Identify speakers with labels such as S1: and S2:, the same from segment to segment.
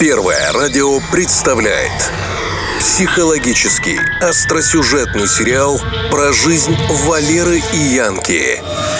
S1: Первое радио представляет психологический, остросюжетный сериал про жизнь Валеры и Янки.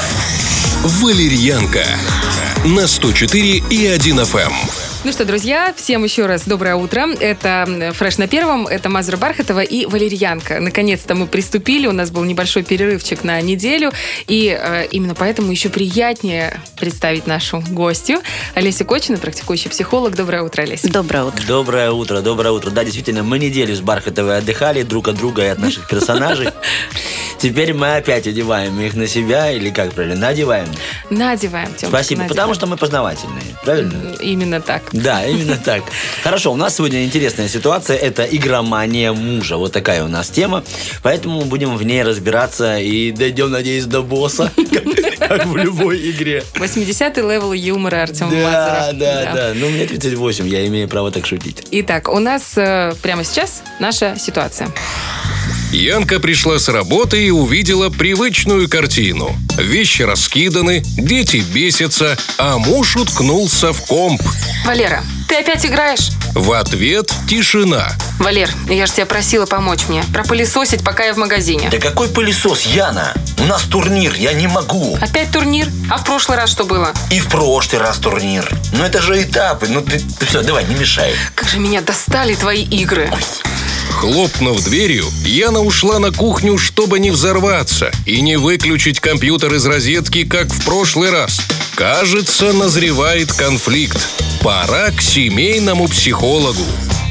S1: «Валерьянка» на 104,1 FM.
S2: Ну что, друзья, всем еще раз доброе утро. Это «Фреш на первом», это Мазура Бархатова и Валерьянка. Наконец-то мы приступили, у нас был небольшой перерывчик на неделю, и именно поэтому еще приятнее представить нашу гостью. Олеся Кочина, практикующий психолог. Доброе утро, Олеся.
S3: Доброе утро.
S4: Доброе утро, доброе утро. Да, действительно, мы неделю с Бархатовой отдыхали друг от друга и от наших персонажей. Теперь мы опять одеваем их на себя, или как правильно, надеваем?
S2: Надеваем, Тём.
S4: Спасибо, потому что мы познавательные, правильно?
S2: Именно так.
S4: Да, именно так. Хорошо, у нас сегодня интересная ситуация. Это игромания мужа. Вот такая у нас тема. Поэтому будем в ней разбираться и дойдем, надеюсь, до босса, как в любой игре.
S2: 80-й левел юмора Артема Мазура.
S4: Да. Ну, мне 38, я имею право так шутить.
S2: Итак, у нас прямо сейчас наша ситуация.
S1: Янка пришла с работы и увидела привычную картину. Вещи раскиданы, дети бесятся, а муж уткнулся в комп.
S2: Валера, ты опять играешь?
S1: В ответ тишина.
S2: Валер, я же тебя просила помочь мне пропылесосить, пока я в магазине.
S4: Да какой пылесос, Яна? У нас турнир, я не могу.
S2: Опять турнир? А в прошлый раз что было?
S4: И в прошлый раз турнир. Ну это же этапы. Ну ты все, давай, не мешай.
S2: Как же меня достали твои игры.
S1: Хлопнув дверью, Яна ушла на кухню, чтобы не взорваться и не выключить компьютер из розетки, как в прошлый раз. Кажется, назревает конфликт. Пора к семейному психологу.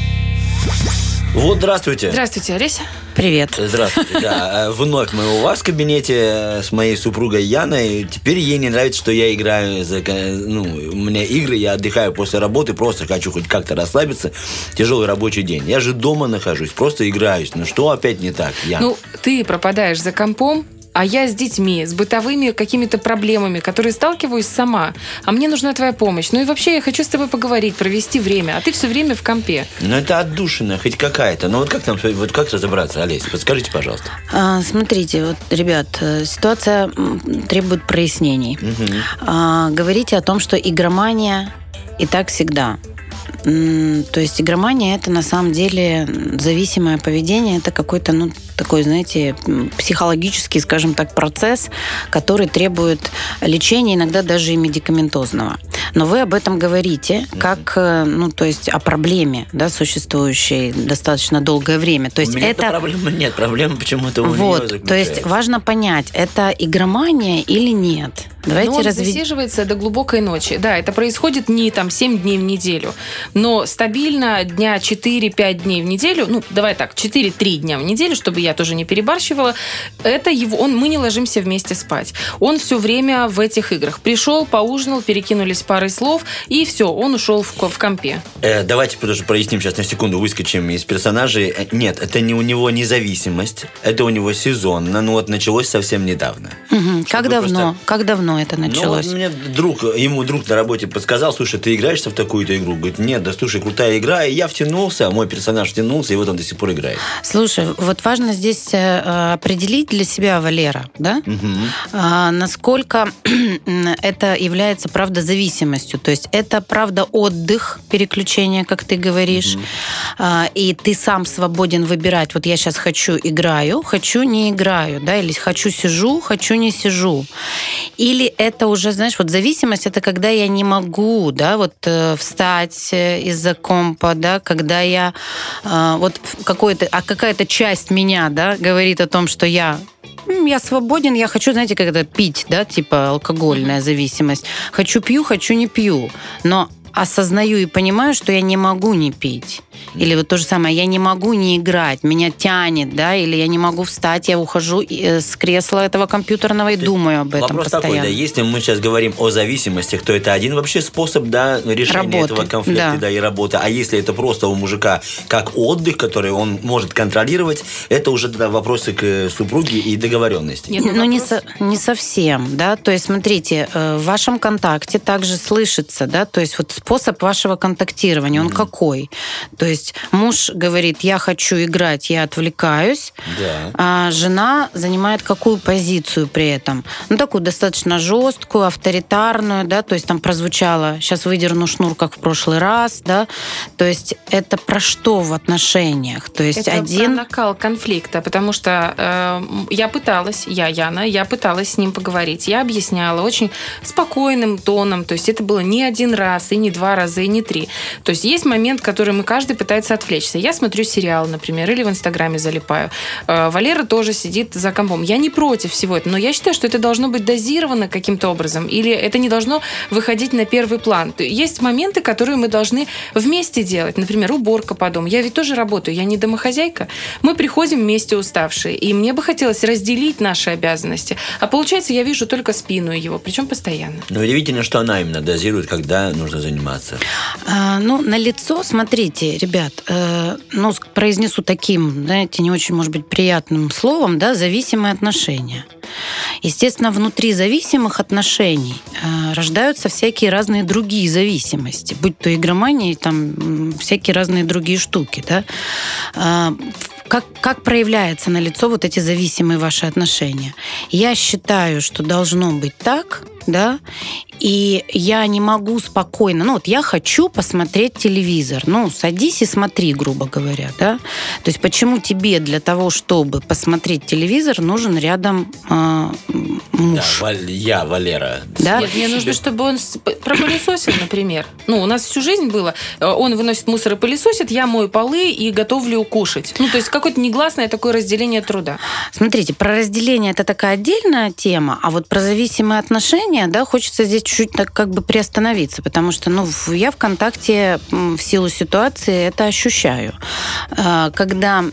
S4: Вот, здравствуйте.
S2: Здравствуйте, Олеся.
S3: Привет.
S4: Здравствуйте, да. Вновь мы у вас в кабинете с моей супругой Яной. Теперь ей не нравится, что я играю. У меня игры, я отдыхаю после работы, просто хочу хоть как-то расслабиться. Тяжелый рабочий день. Я же дома нахожусь, просто играюсь. Ну что опять не так, Яна?
S2: Ну, ты пропадаешь за компом, а я с детьми, с бытовыми какими-то проблемами, которые сталкиваюсь сама. А мне нужна твоя помощь. Ну и вообще я хочу с тобой поговорить, провести время. А ты все время в компе.
S4: Ну это отдушина, хоть какая-то. Ну вот как разобраться, Олеся? Подскажите, пожалуйста.
S3: Смотрите, вот, ребят, ситуация требует прояснений. Говорите о том, что игромания и так всегда. То есть игромания – это на самом деле зависимое поведение, это какой-то, такой, знаете, психологический, скажем так, процесс, который требует лечения, иногда даже и медикаментозного. Но вы об этом говорите как, то есть о проблеме, да, существующей достаточно долгое время. То есть
S4: у меня это проблемы нет, проблема почему-то у нее заключается.
S3: То есть важно понять, это игромания или нет. Давайте
S2: он засиживается до глубокой ночи. Да, это происходит не 7 дней в неделю, но стабильно дня 4-5 дней в неделю, давай так, 4-3 дня в неделю, чтобы я тоже не перебарщивала, это его, мы не ложимся вместе спать. Он все время в этих играх. Пришел, поужинал, перекинулись парой слов, и все, он ушел в компе.
S4: Давайте тоже проясним сейчас на секунду, выскочим из персонажей. Нет, это не у него независимость, это у него сезонно, началось совсем недавно.
S3: Как давно это началось?
S4: Ему друг на работе подсказал: слушай, ты играешься в такую-то игру? Говорит, нет, да слушай, крутая игра. И я втянулся, мой персонаж втянулся, и вот он до сих пор играет.
S3: Слушай, вот важно здесь определить для себя, Валера, да? Насколько это является, правда, зависимостью. То есть это, правда, отдых, переключение, как ты говоришь. И ты сам свободен выбирать. Вот я сейчас хочу играю, хочу не играю, да, или хочу сижу, хочу не сижу. Или это уже, знаешь, вот зависимость, это когда я не могу, да, встать из-за компа, да, когда я какая-то часть меня, да, говорит о том, что я свободен, я хочу, знаете, когда пить, да, типа алкогольная зависимость. Хочу пью, хочу не пью. Но осознаю и понимаю, что я не могу не пить. Или вот то же самое, я не могу не играть, меня тянет, да, или я не могу встать, я ухожу с кресла этого компьютерного и думаю об этом
S4: вопрос
S3: постоянно.
S4: Такой, да, если мы сейчас говорим о зависимостях, то это один вообще способ, да, решения этого конфликта, да, и работы. А если это просто у мужика как отдых, который он может контролировать, это уже тогда вопросы к супруге и договоренности.
S3: Не совсем, да, то есть смотрите, в вашем контакте также слышится, да, то есть вот способ вашего контактирования, он какой? То есть муж говорит, я хочу играть, я отвлекаюсь, а жена занимает какую позицию при этом? Ну, такую достаточно жесткую, авторитарную, да, то есть там прозвучало, сейчас выдерну шнур, как в прошлый раз, да, то есть это про что в отношениях? То есть
S2: это про накал конфликта, потому что я пыталась с ним поговорить, я объясняла очень спокойным тоном, то есть это было не один раз, и не 2 раза, и не 3. То есть есть момент, в который каждый пытается отвлечься. Я смотрю сериал, например, или в Инстаграме залипаю. Валера тоже сидит за компом. Я не против всего этого, но я считаю, что это должно быть дозировано каким-то образом, или это не должно выходить на первый план. Есть моменты, которые мы должны вместе делать. Например, уборка по дому. Я ведь тоже работаю, я не домохозяйка. Мы приходим вместе уставшие, и мне бы хотелось разделить наши обязанности. А получается, я вижу только спину его, причем постоянно.
S4: Но удивительно, что она именно дозирует, когда нужно заниматься.
S3: На лицо, смотрите, ребят, произнесу таким, знаете, не очень, может быть, приятным словом, да, зависимые отношения. Естественно, внутри зависимых отношений рождаются всякие разные другие зависимости, будь то игромания, там всякие разные другие штуки, да. Как проявляется на лицо вот эти зависимые ваши отношения? Я считаю, что должно быть так, да, и я не могу спокойно, я хочу посмотреть телевизор, садись и смотри, грубо говоря, да, то есть почему тебе для того, чтобы посмотреть телевизор, нужен рядом муж?
S4: Да, я, Валера.
S3: Да?
S2: Нет, мне нужно, чтобы он пропылесосил, например. У нас всю жизнь было, он выносит мусор и пылесосит, я мою полы и готовлю кушать. То есть какое-то негласное такое разделение труда.
S3: Смотрите, про разделение это такая отдельная тема, а вот про зависимые отношения, да, хочется здесь чуть-чуть так как бы приостановиться, потому что, я в контакте в силу ситуации это ощущаю. Когда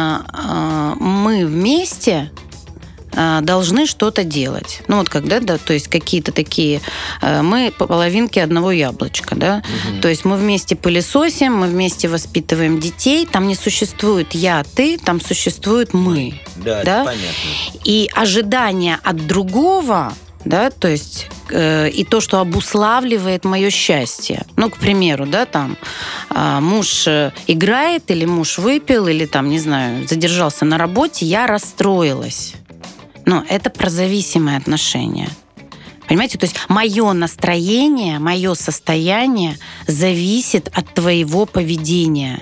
S3: мы вместе должны что-то делать. Когда, да, то есть какие-то такие... Мы половинки одного яблочка, да? То есть мы вместе пылесосим, мы вместе воспитываем детей, там не существует я, ты, там существует мы.
S4: Да,
S3: да?
S4: Это понятно.
S3: И ожидания от другого, да, то есть и то, что обуславливает мое счастье. К примеру, да, там муж играет, или муж выпил, или там, не знаю, задержался на работе, я расстроилась. Это про зависимые отношения. Понимаете? То есть мое настроение, мое состояние зависит от твоего поведения.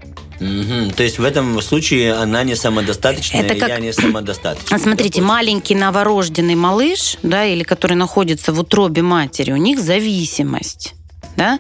S4: То есть в этом случае она не самодостаточная,
S3: это как...
S4: я не самодостаточный.
S3: Смотрите, маленький новорожденный малыш, да, или который находится в утробе матери, у них зависимость. Да?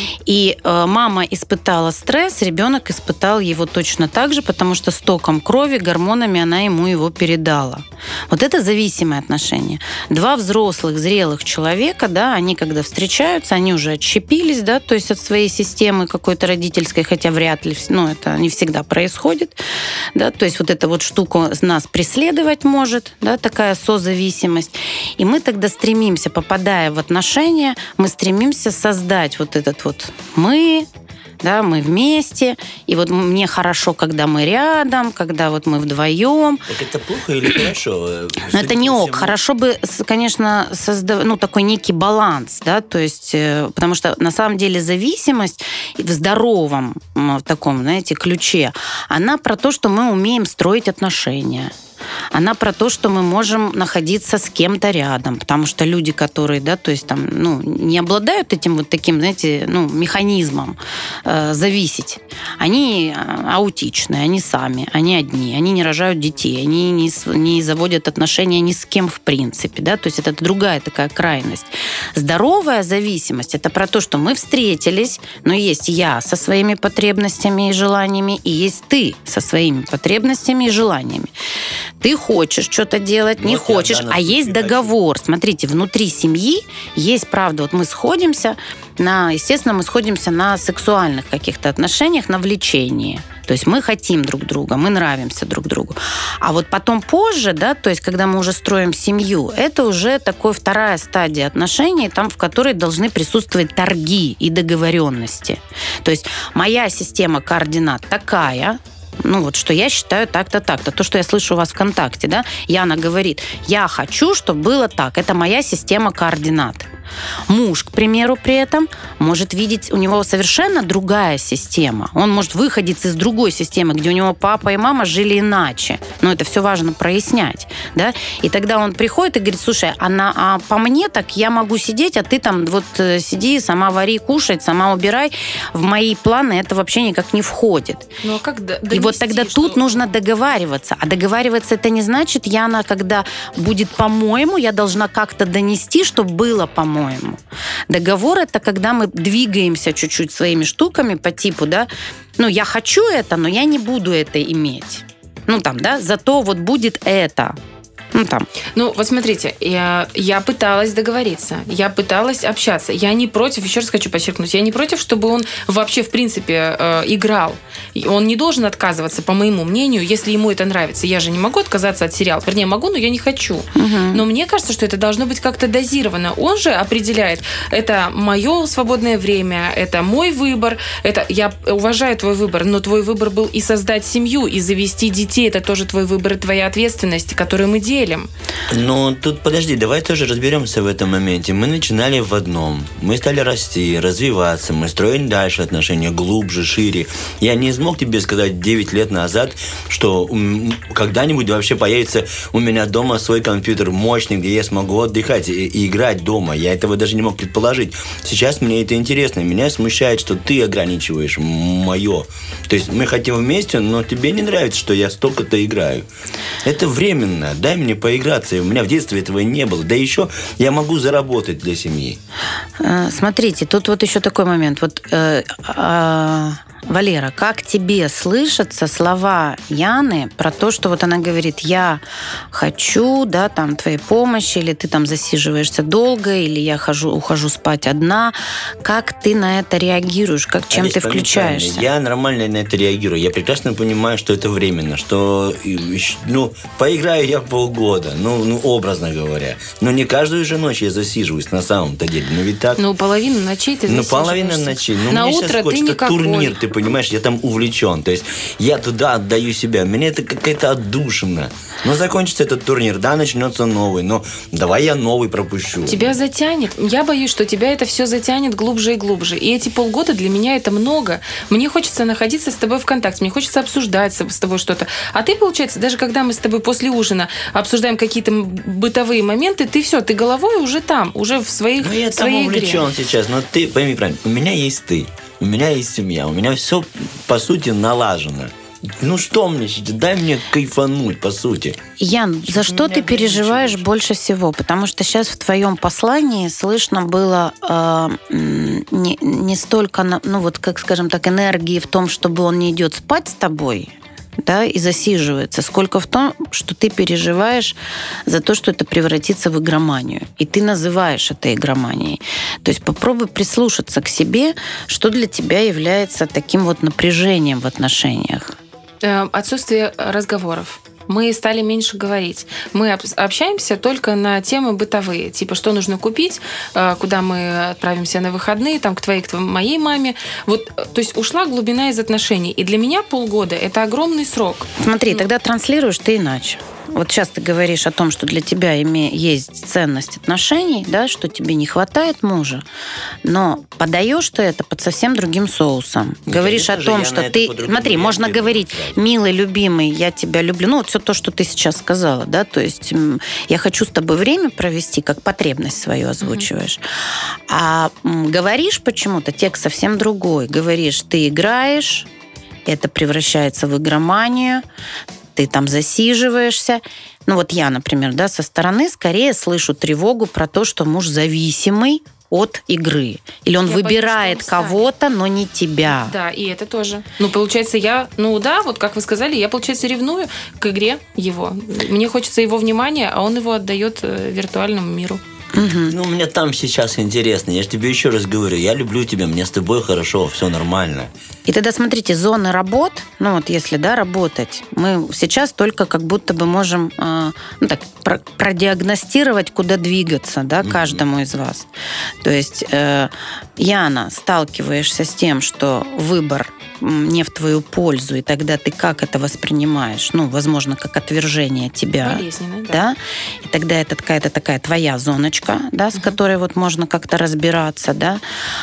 S3: И мама испытала стресс, ребенок испытал его точно так же, потому что с током крови, гормонами она ему его передала. Вот это зависимые отношения. 2 взрослых, зрелых человека, да, они когда встречаются, они уже отщепились, да, то есть от своей системы какой-то родительской, хотя вряд ли, это не всегда происходит, да, то есть вот эта вот штука нас преследовать может, да, такая созависимость. И мы тогда стремимся, попадая в отношения, мы стремимся создать вот этот вот мы, да, мы вместе, и вот мне хорошо, когда мы рядом, когда вот мы вдвоем.
S4: Так это плохо или хорошо?
S3: Но это не ок. Хорошо бы, конечно, создавать, такой некий баланс, да, то есть, потому что на самом деле зависимость в здоровом, в таком, знаете, ключе, она про то, что мы умеем строить отношения. Она про то, что мы можем находиться с кем-то рядом, потому что люди, которые, да, то есть там, не обладают этим вот таким, знаете, механизмом зависеть, они аутичные, они сами, они одни, они не рожают детей, они не заводят отношения ни с кем в принципе, да, то есть это другая такая крайность. Здоровая зависимость – это про то, что мы встретились, но есть я со своими потребностями и желаниями, и есть ты со своими потребностями и желаниями. Ты хочешь что-то делать, не хочешь, а есть договор. Смотрите, внутри семьи есть правда. Вот мы сходимся естественно, мы сходимся на сексуальных каких-то отношениях, на влечении. То есть мы хотим друг друга, мы нравимся друг другу. А вот потом позже, да, то есть когда мы уже строим семью, это уже такая 2-я стадия отношений, там, в которой должны присутствовать торги и договоренности. То есть моя система координат такая, что я считаю так-то, так-то. То, что я слышу у вас ВКонтакте, да, Яна говорит, я хочу, чтобы было так. Это моя система координат. Муж, к примеру, при этом может видеть, у него совершенно другая система. Он может выходить из другой системы, где у него папа и мама жили иначе. Но это все важно прояснять. Да? И тогда он приходит и говорит, слушай, а по мне так я могу сидеть, а ты там вот сиди, сама вари, кушай, сама убирай. В мои планы это вообще никак не входит.
S2: Ну, а как
S3: и вот тогда тут нужно договариваться. А договариваться это не значит, Яна, когда будет по-моему, я должна как-то донести, чтобы было по-моему. Договор это когда мы двигаемся чуть-чуть своими штуками по типу, да, ну, я хочу это, но я не буду это иметь. Ну, там, да, зато вот будет это.
S2: Ну, вот смотрите, я пыталась договориться, я пыталась общаться. Я не против, еще раз хочу подчеркнуть, я не против, чтобы он вообще, в принципе, играл. Он не должен отказываться, по моему мнению, если ему это нравится. Я же не могу отказаться от сериала. Вернее, могу, но я не хочу. Но мне кажется, что это должно быть как-то дозировано. Он же определяет, это мое свободное время, это мой выбор, это я уважаю твой выбор, но твой выбор был и создать семью, и завести детей. Это тоже твой выбор и твоя ответственность, которую мы делим.
S4: Но тут, подожди, давай тоже разберемся в этом моменте. Мы начинали в одном. Мы стали расти, развиваться. Мы строили дальше отношения, глубже, шире. Я не смог тебе сказать 9 лет назад, что когда-нибудь вообще появится у меня дома свой компьютер мощный, где я смогу отдыхать и играть дома. Я этого даже не мог предположить. Сейчас мне это интересно. Меня смущает, что ты ограничиваешь мое. То есть мы хотим вместе, но тебе не нравится, что я столько-то играю. Это временно. Дай мне поиграться. У меня в детстве этого не было. Да еще я могу заработать для семьи.
S3: Смотрите, тут вот еще такой момент. Вот, Валера, как тебе слышатся слова Яны про то, что вот она говорит, я хочу, да, там, твоей помощи, или ты там засиживаешься долго, или я ухожу спать одна. Как ты на это реагируешь? Чем ты включаешься?
S4: Я нормально на это реагирую. Я прекрасно понимаю, что это временно, что, поиграю я полгода, образно говоря. Но не каждую же ночь я засиживаюсь на самом-то деле. Ведь так...
S2: половину ночей ты засиживаешься.
S4: Половина ночей.
S2: На утро ты никакой.
S4: Турнир, ты понимаешь, я там увлечен. То есть я туда отдаю себя. Мне это какая-то отдушина. Но закончится этот турнир, да, начнется новый. Но давай я новый пропущу.
S2: Тебя затянет. Я боюсь, что тебя это все затянет глубже и глубже. И эти полгода для меня это много. Мне хочется находиться с тобой в контакте. Мне хочется обсуждать с тобой что-то. А ты, получается, даже когда мы с тобой после ужина обсуждаем какие-то бытовые моменты, ты головой уже там, уже в своей игре.
S4: Я там увлечен сейчас. Но ты пойми правильно, у меня есть ты. У меня есть семья, у меня все, по сути, налажено. Что мне сейчас? Дай мне кайфануть, по сути.
S3: Ян, за что ты переживаешь больше всего? Потому что сейчас в твоем послании слышно было не столько, как скажем так, энергии в том, чтобы он не идет спать с тобой, да, и засиживается, сколько в том, что ты переживаешь за то, что это превратится в игроманию. И ты называешь это игроманией. То есть попробуй прислушаться к себе, что для тебя является таким вот напряжением в отношениях.
S2: Отсутствие разговоров. Мы стали меньше говорить. Мы общаемся только на темы бытовые. Типа, что нужно купить, куда мы отправимся на выходные, там, к моей маме. Вот, то есть ушла глубина из отношений. И для меня полгода – это огромный срок.
S3: Смотри, тогда транслируешь ты иначе. Вот сейчас ты говоришь о том, что для тебя есть ценность отношений, да, что тебе не хватает мужа, но подаешь ты это под совсем другим соусом. Говоришь о том, что ты... Смотри, можно говорить, милый, любимый, я тебя люблю. Все то, что ты сейчас сказала, да, то есть я хочу с тобой время провести, как потребность свою озвучиваешь. А говоришь почему-то текст совсем другой. Говоришь, ты играешь, это превращается в игроманию, ты там засиживаешься. Я, например, да, со стороны скорее слышу тревогу про то, что муж зависимый от игры. Или он выбирает кого-то, но не тебя.
S2: Да, и это тоже. Получается, вот как вы сказали, я, получается, ревную к игре его. Мне хочется его внимания, а он его отдает виртуальному миру.
S3: Угу.
S4: Мне там сейчас интересно. Я же тебе еще раз говорю, я люблю тебя, мне с тобой хорошо, все нормально.
S3: И тогда, смотрите, зоны работ, если, да, работать, мы сейчас только как будто бы можем продиагностировать, куда двигаться, да, каждому из вас. То есть, Яна, сталкиваешься с тем, что выбор не в твою пользу, и тогда ты как это воспринимаешь? Ну, возможно, как отвержение тебя.
S2: Болезненно,
S3: да. И тогда это какая-то такая твоя зоночка, да, с которой вот можно как-то разбираться, да.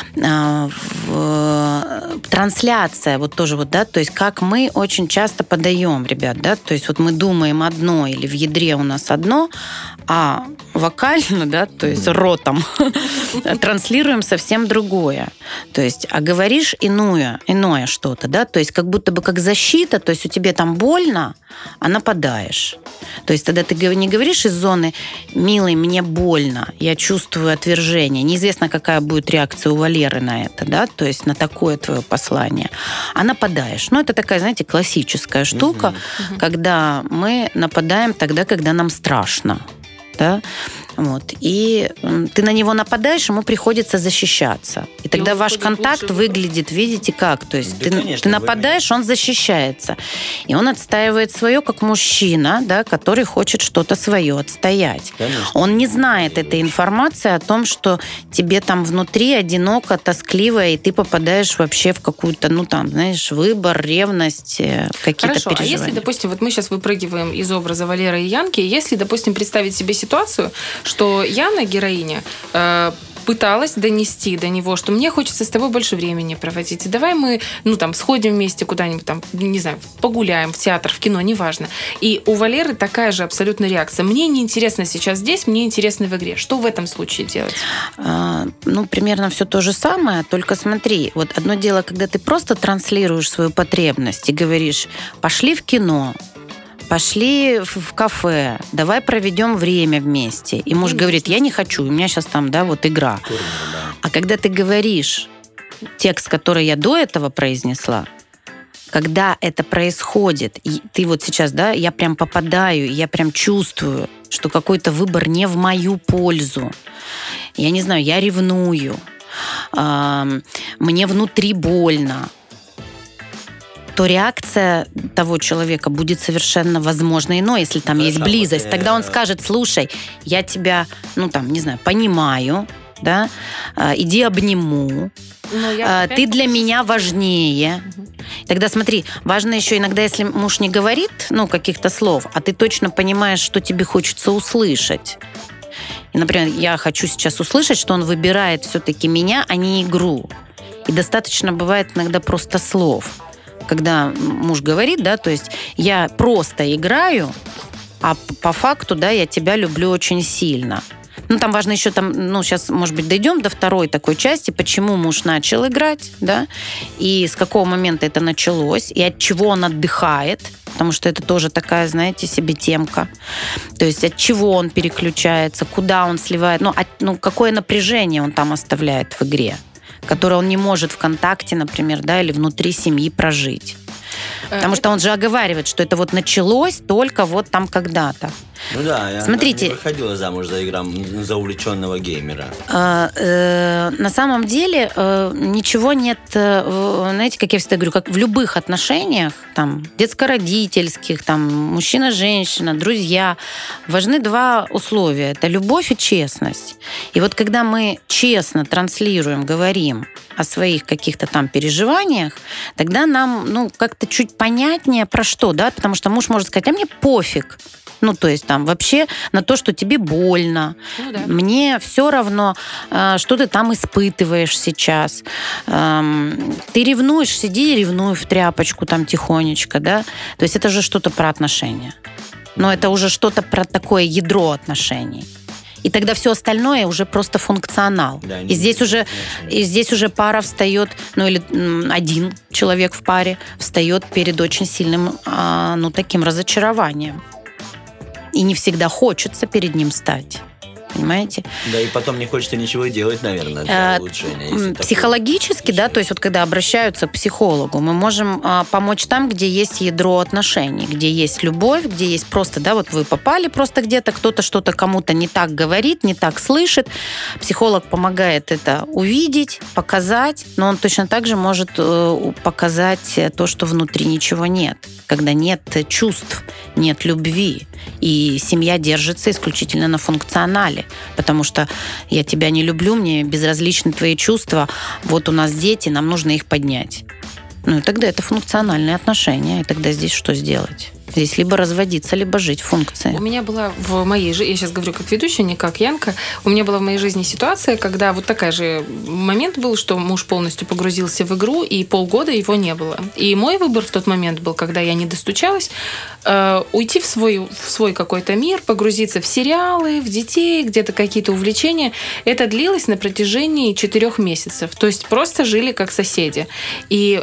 S3: Трансляция, вот тоже вот, да, то есть как мы очень часто подаем, ребят, да, то есть вот мы думаем одно или в ядре у нас одно, а вокально, да, то есть ротом транслируем совсем другое. То есть, а говоришь иное что-то, да, то есть как будто бы как защита, то есть у тебя там больно, а нападаешь. То есть тогда ты не говоришь из зоны «милый, мне больно, я чувствую отвержение». Неизвестно, какая будет реакция у Валеры на это, да, то есть на такое твое послание. А нападаешь. Ну, это такая, знаете, классическая штука, когда мы нападаем тогда, когда нам страшно. Да? Вот. И ты на него нападаешь, ему приходится защищаться. И тогда ваш контакт выглядит, видите, как? То есть ты нападаешь, он защищается. И он отстаивает свое, как мужчина, да, который хочет что-то свое отстоять. Конечно. Он не знает этой информации о том, что тебе там внутри одиноко, тоскливо, и ты попадаешь вообще в какую-то, ну там, знаешь, выбор, ревность, какие-то переживания.
S2: А если, допустим, вот мы сейчас выпрыгиваем из образа Валеры и Янки, если, допустим, представить себе ситуацию, что Яна, героиня, пыталась донести до него, что мне хочется с тобой больше времени проводить. И давай мы, ну, там, сходим вместе куда-нибудь, там, не знаю, погуляем, в театр, в кино, неважно. И у Валеры такая же абсолютно реакция. Мне неинтересно сейчас здесь, мне интересно в игре. Что в этом случае делать?
S3: Ну, примерно все то же самое, только смотри, вот одно дело, когда ты просто транслируешь свою потребность и говоришь, пошли в кино, пошли в кафе, давай проведем время вместе. И муж говорит, я не хочу, у меня сейчас там, да, вот игра. А когда ты говоришь текст, который я до этого произнесла, когда это происходит, и ты вот сейчас, да, я прям попадаю, я прям чувствую, что какой-то выбор не в мою пользу. Я не знаю, я ревную, мне внутри больно, то реакция того человека будет совершенно возможно иной, если там есть близость. Тогда он скажет, слушай, я тебя, ну там, не знаю, понимаю, да, иди обниму, ты для меня важнее. Тогда смотри, важно еще иногда, если муж не говорит, ну, каких-то слов, а ты точно понимаешь, что тебе хочется услышать. И, например, я хочу сейчас услышать, что он выбирает все-таки меня, а не игру. И достаточно бывает иногда просто слов. Когда муж говорит, да, то есть я просто играю, а по факту, да, я тебя люблю очень сильно. Ну, там важно еще, там, ну, сейчас, может быть, дойдем до второй такой части, почему муж начал играть, да, и с какого момента это началось, и от чего он отдыхает, потому что это тоже такая, знаете, себе темка. То есть от чего он переключается, куда он сливает, ну, какое напряжение он там оставляет в игре, которое он не может в контакте, например, да, или внутри семьи прожить. Потому что он же оговаривает, что это вот началось только вот там когда-то.
S4: Ну да, я
S3: Смотрите,
S4: не выходила замуж за увлеченного геймера.
S3: На самом деле ничего нет, знаете, как я всегда говорю, как в любых отношениях, там, детско-родительских, там, мужчина-женщина, друзья, важны два условия. Это любовь и честность. И вот когда мы честно транслируем, говорим о своих каких-то там переживаниях, тогда нам, ну, как-то чуть понятнее про что, да, потому что муж может сказать, а мне пофиг. Ну, то есть там вообще на то, что тебе больно. Ну, да. Мне все равно, что ты там испытываешь сейчас. Ты ревнуешь, сиди и ревнуй в тряпочку там тихонечко, да. То есть это же что-то про отношения. Но это уже что-то про такое ядро отношений. И тогда все остальное уже просто функционал. Да, и здесь уже пара встает, ну или один человек в паре встает перед очень сильным, ну, таким разочарованием. И не всегда хочется перед ним стать. Понимаете?
S4: Да, и потом не хочется ничего делать, наверное, для улучшения.
S3: Психологически, да, то есть вот когда обращаются к психологу, мы можем помочь там, где есть ядро отношений, где есть любовь, где есть просто, да, вот вы попали просто где-то, кто-то что-то кому-то не так говорит, не так слышит. Психолог помогает это увидеть, показать, но он точно так же может показать то, что внутри ничего нет, когда нет чувств, нет любви, и семья держится исключительно на функционале. Потому что я тебя не люблю, мне безразличны твои чувства, вот у нас дети, нам нужно их поднять. Ну, и тогда это функциональные отношения. И тогда здесь что сделать? Здесь либо разводиться, либо жить в функции.
S2: У меня была в моей жизни, я сейчас говорю как ведущая, не как Янка, у меня была в моей жизни ситуация, когда вот такой же момент был, что муж полностью погрузился в игру, и полгода его не было. И мой выбор в тот момент был, когда я не достучалась, уйти в свой какой-то мир, погрузиться в сериалы, в детей, где-то какие-то увлечения. Это длилось на протяжении 4 месяцев. То есть просто жили как соседи. И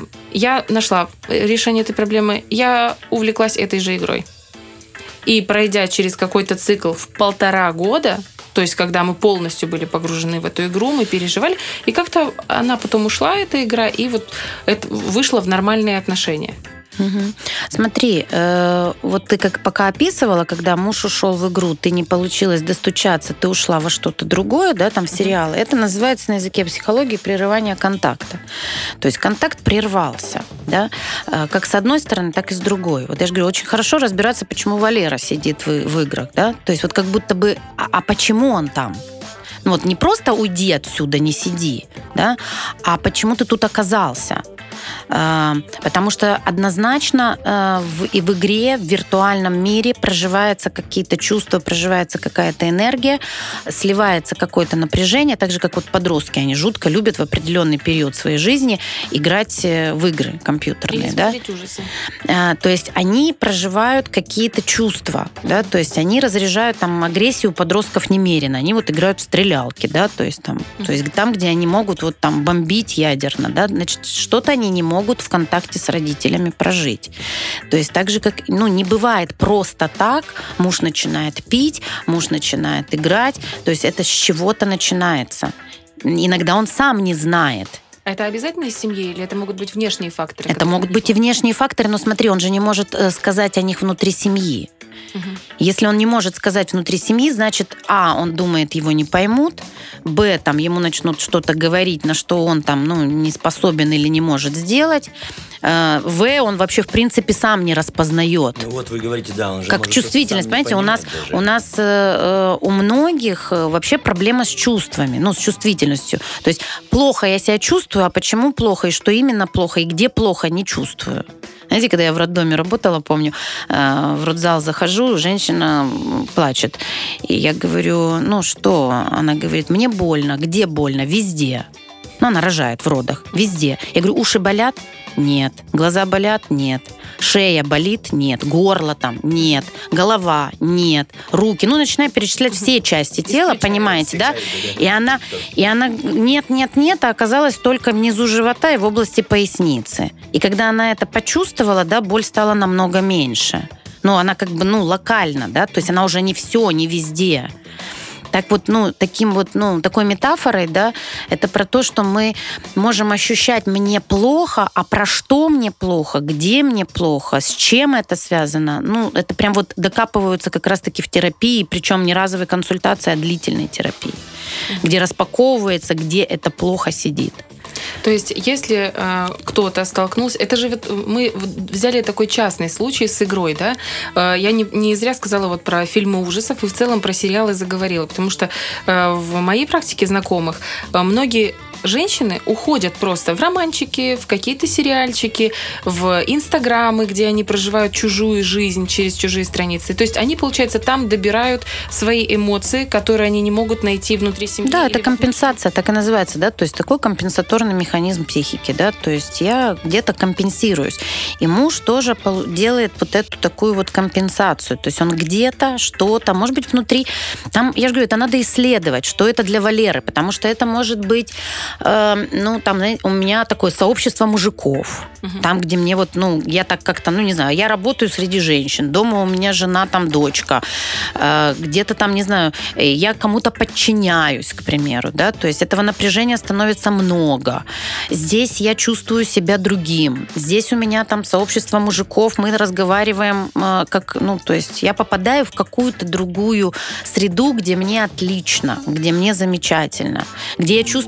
S2: я нашла решение этой проблемы. Я увлеклась этой же игрой. И пройдя через какой-то цикл в 1,5 года, то есть когда мы полностью были погружены в эту игру, мы переживали, и как-то она потом ушла, эта игра, и вот это вышло в нормальные отношения.
S3: Угу. Смотри, вот ты как пока описывала, когда муж ушел в игру, ты не получилось достучаться, ты ушла во что-то другое, да, там в сериалы. Это называется на языке психологии прерывание контакта. То есть контакт прервался, да, как с одной стороны, так и с другой. Вот я же говорю, очень хорошо разбираться, почему Валера сидит в играх, да, то есть вот как будто бы, а почему он там? Ну вот не просто уйди отсюда, не сиди, да, а почему ты тут оказался? Потому что однозначно и в игре, в виртуальном мире проживаются какие-то чувства, проживается какая-то энергия, сливается какое-то напряжение, так же, как вот подростки, они жутко любят в определенный период своей жизни играть в игры компьютерные.
S2: Или смотреть ужасы.
S3: То есть они проживают какие-то чувства, да, то есть они разряжают там агрессию у подростков немерено, они вот играют в стрелялки, да, то есть там, где они могут вот там бомбить ядерно, да, значит, что-то они не могут в контакте с родителями прожить. То есть так же, как, не бывает просто так, муж начинает пить, муж начинает играть, то есть это с чего-то начинается. Иногда он сам не знает.
S2: Это обязательно из семьи или это могут быть внешние факторы?
S3: Это могут быть и внешние факторы, но смотри, он же не может сказать о них внутри семьи. Угу. Если он не может сказать внутри семьи, значит, он думает, его не поймут, ему начнут что-то говорить, на что он не способен или не может сделать, он вообще, в принципе, сам не распознает.
S4: Ну вот вы говорите, да, он же
S3: как чувствительность, понимаете, у нас у многих вообще проблема с чувствами, с чувствительностью. То есть плохо я себя чувствую, а почему плохо, и что именно плохо, и где плохо, не чувствую. Знаете, когда я в роддоме работала, помню, в родзал захожу, женщина плачет. И я говорю, что? Она говорит, мне больно. Где больно? Везде. Она рожает в родах. Везде. Я говорю, уши болят? Нет. Глаза болят? Нет. Шея болит? Нет. Горло там? Нет. Голова? Нет. Руки? Начинаю перечислять все части тела, понимаете, да? И она нет, а оказалась только внизу живота и в области поясницы. И когда она это почувствовала, да, боль стала намного меньше. Она локально, да, то есть она уже не все, не везде. Так вот, такой метафорой, да, это про то, что мы можем ощущать «мне плохо», а про что мне плохо, где мне плохо, с чем это связано. Это прям вот докапываются как раз-таки в терапии, причем не разовой консультации, а длительной терапии, где распаковывается, где это плохо сидит.
S2: То есть, если кто-то столкнулся... Это же мы взяли такой частный случай с игрой, да? Я не зря сказала про фильмы ужасов и в целом про сериалы заговорила, потому что в моей практике знакомых многие женщины уходят просто в романчики, в какие-то сериальчики, в инстаграмы, где они проживают чужую жизнь через чужие страницы. То есть они, получается, там добирают свои эмоции, которые они не могут найти внутри семьи.
S3: Да, это компенсация, так и называется, да, то есть такой компенсаторный механизм психики, да, то есть я где-то компенсируюсь. И муж тоже делает вот эту такую вот компенсацию, то есть он где-то что-то, может быть, внутри, там, я же говорю, это надо исследовать, что это для Валеры, потому что это может быть знаете, у меня такое сообщество мужиков, там, где мне я так как-то, не знаю, я работаю среди женщин, дома у меня жена, там, дочка, где-то там, не знаю, я кому-то подчиняюсь, к примеру, да, то есть этого напряжения становится много. Здесь я чувствую себя другим, здесь у меня там сообщество мужиков, мы разговариваем то есть я попадаю в какую-то другую среду, где мне отлично, где мне замечательно, где я чувствую себя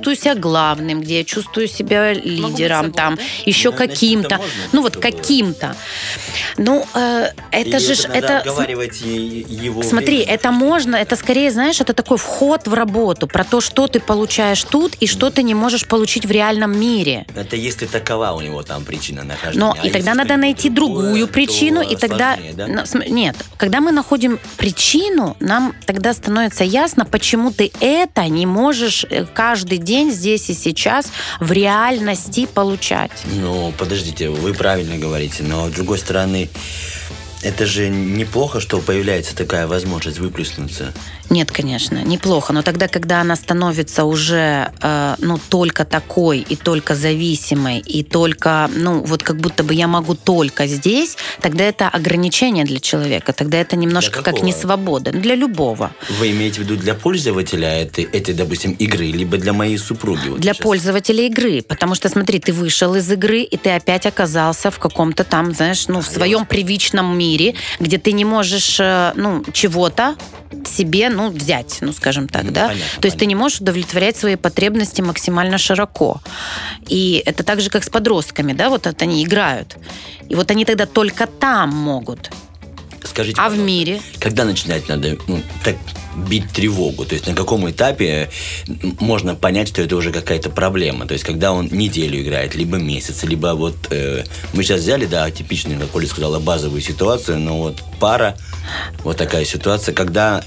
S3: главным, где я чувствую себя лидером,
S2: собой,
S3: там,
S2: да?
S3: еще каким-то. Ну, вот каким-то. Ну, это же...
S4: Надо обговаривать его...
S3: Смотри,
S4: время.
S3: это можно, это скорее, знаешь, это такой вход в работу, про то, что ты получаешь тут и что ты не можешь получить в реальном мире.
S4: Это если такова у него там причина нахождения.
S3: Но и тогда надо найти другую причину, и тогда...
S4: Сложнее, да?
S3: Нет, когда мы находим причину, нам тогда становится ясно, почему ты это не можешь каждый день здесь и сейчас в реальности получать.
S4: Ну, подождите, вы правильно говорите, но с другой стороны, это же неплохо, что появляется такая возможность выплеснуться.
S3: Нет, конечно, неплохо. Но тогда, когда она становится уже, только такой, и только зависимой, и только, вот как будто бы я могу только здесь, тогда это ограничение для человека. Тогда это немножко как несвобода. Для любого.
S4: Вы имеете в виду для пользователя этой, допустим, игры, либо для моей супруги? Вот
S3: для
S4: сейчас?
S3: Пользователя игры. Потому что, смотри, ты вышел из игры, и ты опять оказался в каком-то там, знаешь, в своем привычном мире, где ты не можешь, чего-то себе, взять, скажем так, да?
S4: Понятно,
S3: То есть ты не можешь удовлетворять свои потребности максимально широко. И это так же, как с подростками, да, вот они играют. И вот они тогда только там могут.
S4: Скажите,
S3: в мире?
S4: Когда начинать надо так бить тревогу? То есть на каком этапе можно понять, что это уже какая-то проблема? То есть когда он неделю играет, либо месяц, либо мы сейчас взяли, типичную, как Оля сказала, базовую ситуацию, но пара, вот такая ситуация, когда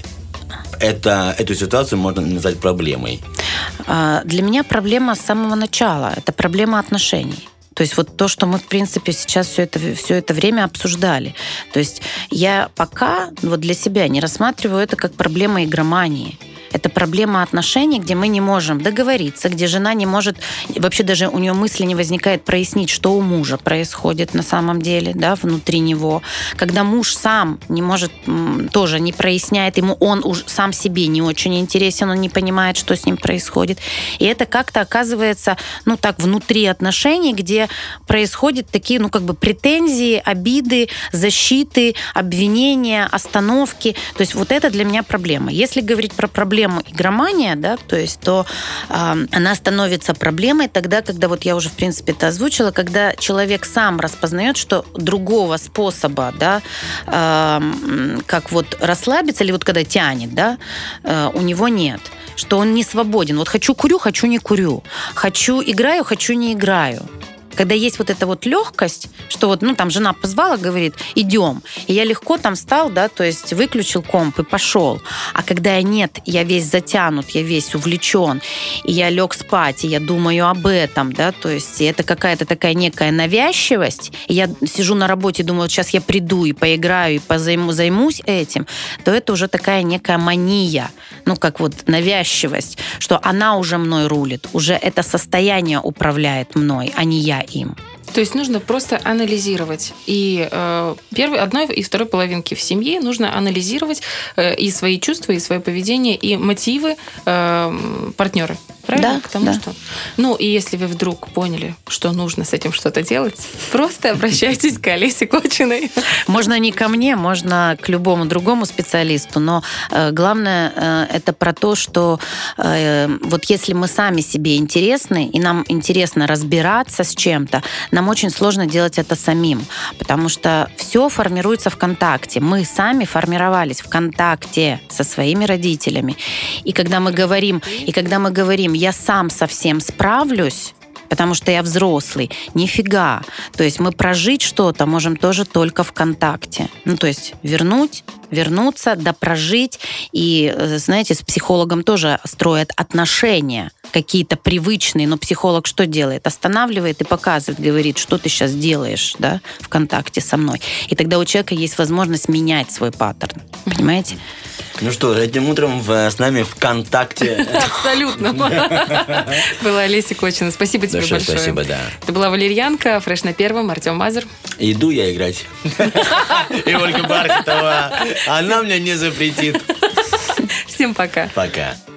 S4: эту ситуацию можно назвать проблемой.
S3: Для меня проблема с самого начала. Это проблема отношений. То есть то, что мы, в принципе, сейчас все это время обсуждали. То есть я пока для себя не рассматриваю это как проблема игромании. Это проблема отношений, где мы не можем договориться, где жена не может, вообще даже у нее мысли не возникает прояснить, что у мужа происходит на самом деле, да, внутри него. Когда муж сам не может, тоже не проясняет, ему он уж сам себе не очень интересен, он не понимает, что с ним происходит. И это как-то оказывается, внутри отношений, где происходят такие, претензии, обиды, защиты, обвинения, остановки. То есть это для меня проблема. Если говорить про проблему игромания, да, то она становится проблемой тогда, когда я уже, в принципе, это озвучила, когда человек сам распознает, что другого способа, да, как расслабиться, или когда тянет, да, у него нет. Что он не свободен. Хочу курю, хочу не курю. Хочу играю, хочу не играю. Когда есть эта легкость, что там жена позвала, говорит, идем. И я легко там встал, да, то есть выключил комп и пошел. А когда я весь затянут, я весь увлечен, и я лег спать, и я думаю об этом, да, то есть это какая-то такая некая навязчивость, и я сижу на работе и думаю, сейчас я приду и поиграю, и займусь этим, то это уже такая некая мания, как навязчивость, что она уже мной рулит, уже это состояние управляет мной, а не я им.
S2: То есть нужно просто анализировать. И одной и второй половинки в семье нужно анализировать и свои чувства, и свое поведение, и мотивы партнера. Правильно?
S3: Да,
S2: Потому
S3: да.
S2: что... и если вы вдруг поняли, что нужно с этим что-то делать, просто обращайтесь к Олесе Кочиной.
S3: Можно не ко мне, можно к любому другому специалисту, но главное это про то, что если мы сами себе интересны, и нам интересно разбираться с чем-то, нам очень сложно делать это самим, потому что все формируется в контакте. Мы сами формировались в контакте со своими родителями. И когда мы говорим, я сам со всем справлюсь, потому что я взрослый. Нифига. То есть мы прожить что-то можем тоже только в контакте. То есть вернуться, допрожить. И, знаете, с психологом тоже строят отношения какие-то привычные, но психолог что делает? Останавливает и показывает, говорит, что ты сейчас делаешь, да, в контакте со мной. И тогда у человека есть возможность менять свой паттерн. Понимаете?
S4: Ну что, этим утром с нами ВКонтакте.
S2: Абсолютно. Была Олеся Кочина. Спасибо тебе большое.
S4: Спасибо, да.
S2: Это была Валерьянка, Фреш на первом, Артем Мазер.
S4: Иду я играть. И Ольга Бархатова. Она мне не запретит.
S2: Всем пока.
S4: Пока.